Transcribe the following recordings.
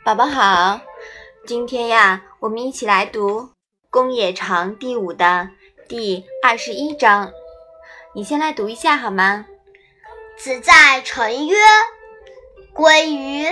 宝宝好，今天呀，我们一起来读《公冶长》第5的第21章。你先来读一下好吗？ 子在臣曰：归于，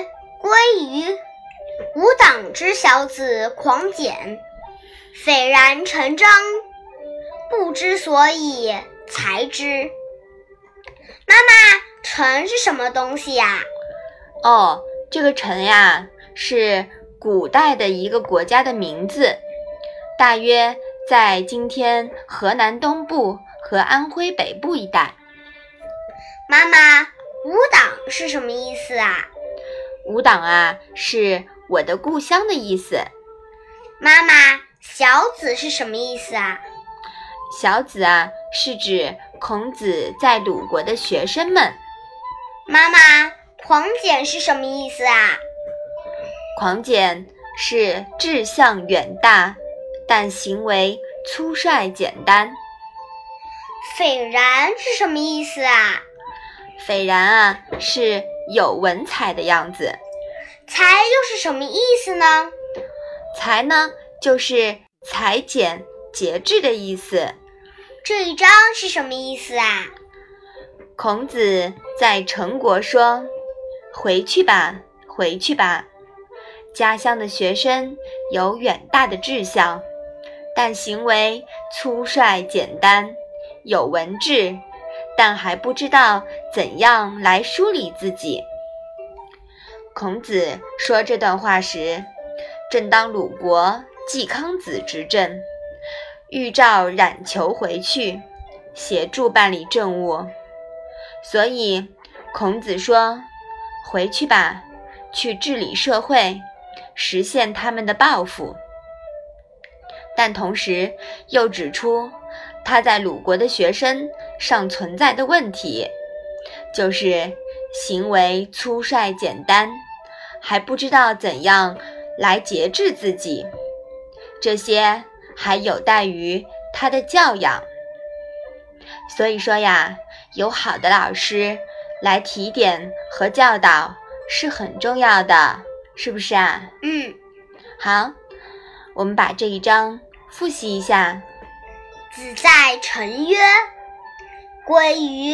吾党之小子狂简，斐然陈章，不知所以才之。妈妈，臣是什么东西呀？ 这个陈呀，是古代的一个国家的名字，大约在今天河南东部和安徽北部一带。 妈妈，吾党是什么意思啊？ 吾党啊，是我的故乡的意思。 妈妈，小子是什么意思啊？ 小子啊，是指孔子在鲁国的学生们。 妈妈，狂简是什么意思啊？ 狂简是志向远大，但行为粗率简单。 斐然是什么意思啊？ 斐然啊，是有文采的样子。 才又是什么意思呢？ 才呢，就是裁剪、节制的意思。 这一章是什么意思啊？ 孔子在陈国说：回去吧，回去吧。家乡的学生有远大的志向，但行为粗率简单，有文质，但还不知道怎样来梳理自己。孔子说这段话时，正当鲁国季康子执政，欲召冉求回去协助办理政务，所以孔子说：回去吧，去治理社会，实现他们的抱负。但同时又指出他在鲁国的学生尚存在的问题，就是行为粗率简单，还不知道怎样来节制自己，这些还有待于他的教养。所以说呀，有好的老师来提点和教导是很重要的，是不是啊？好，我们把这一章复习一下。 子在臣曰：归于，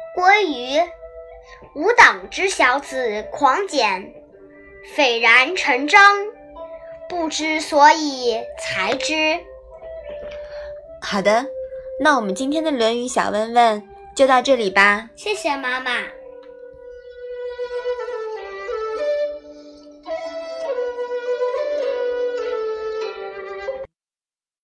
吾党之小子狂简，斐然陈章，不知所以才之。 好的，那我们今天的《论语》小问问就到这里吧。 谢谢妈妈。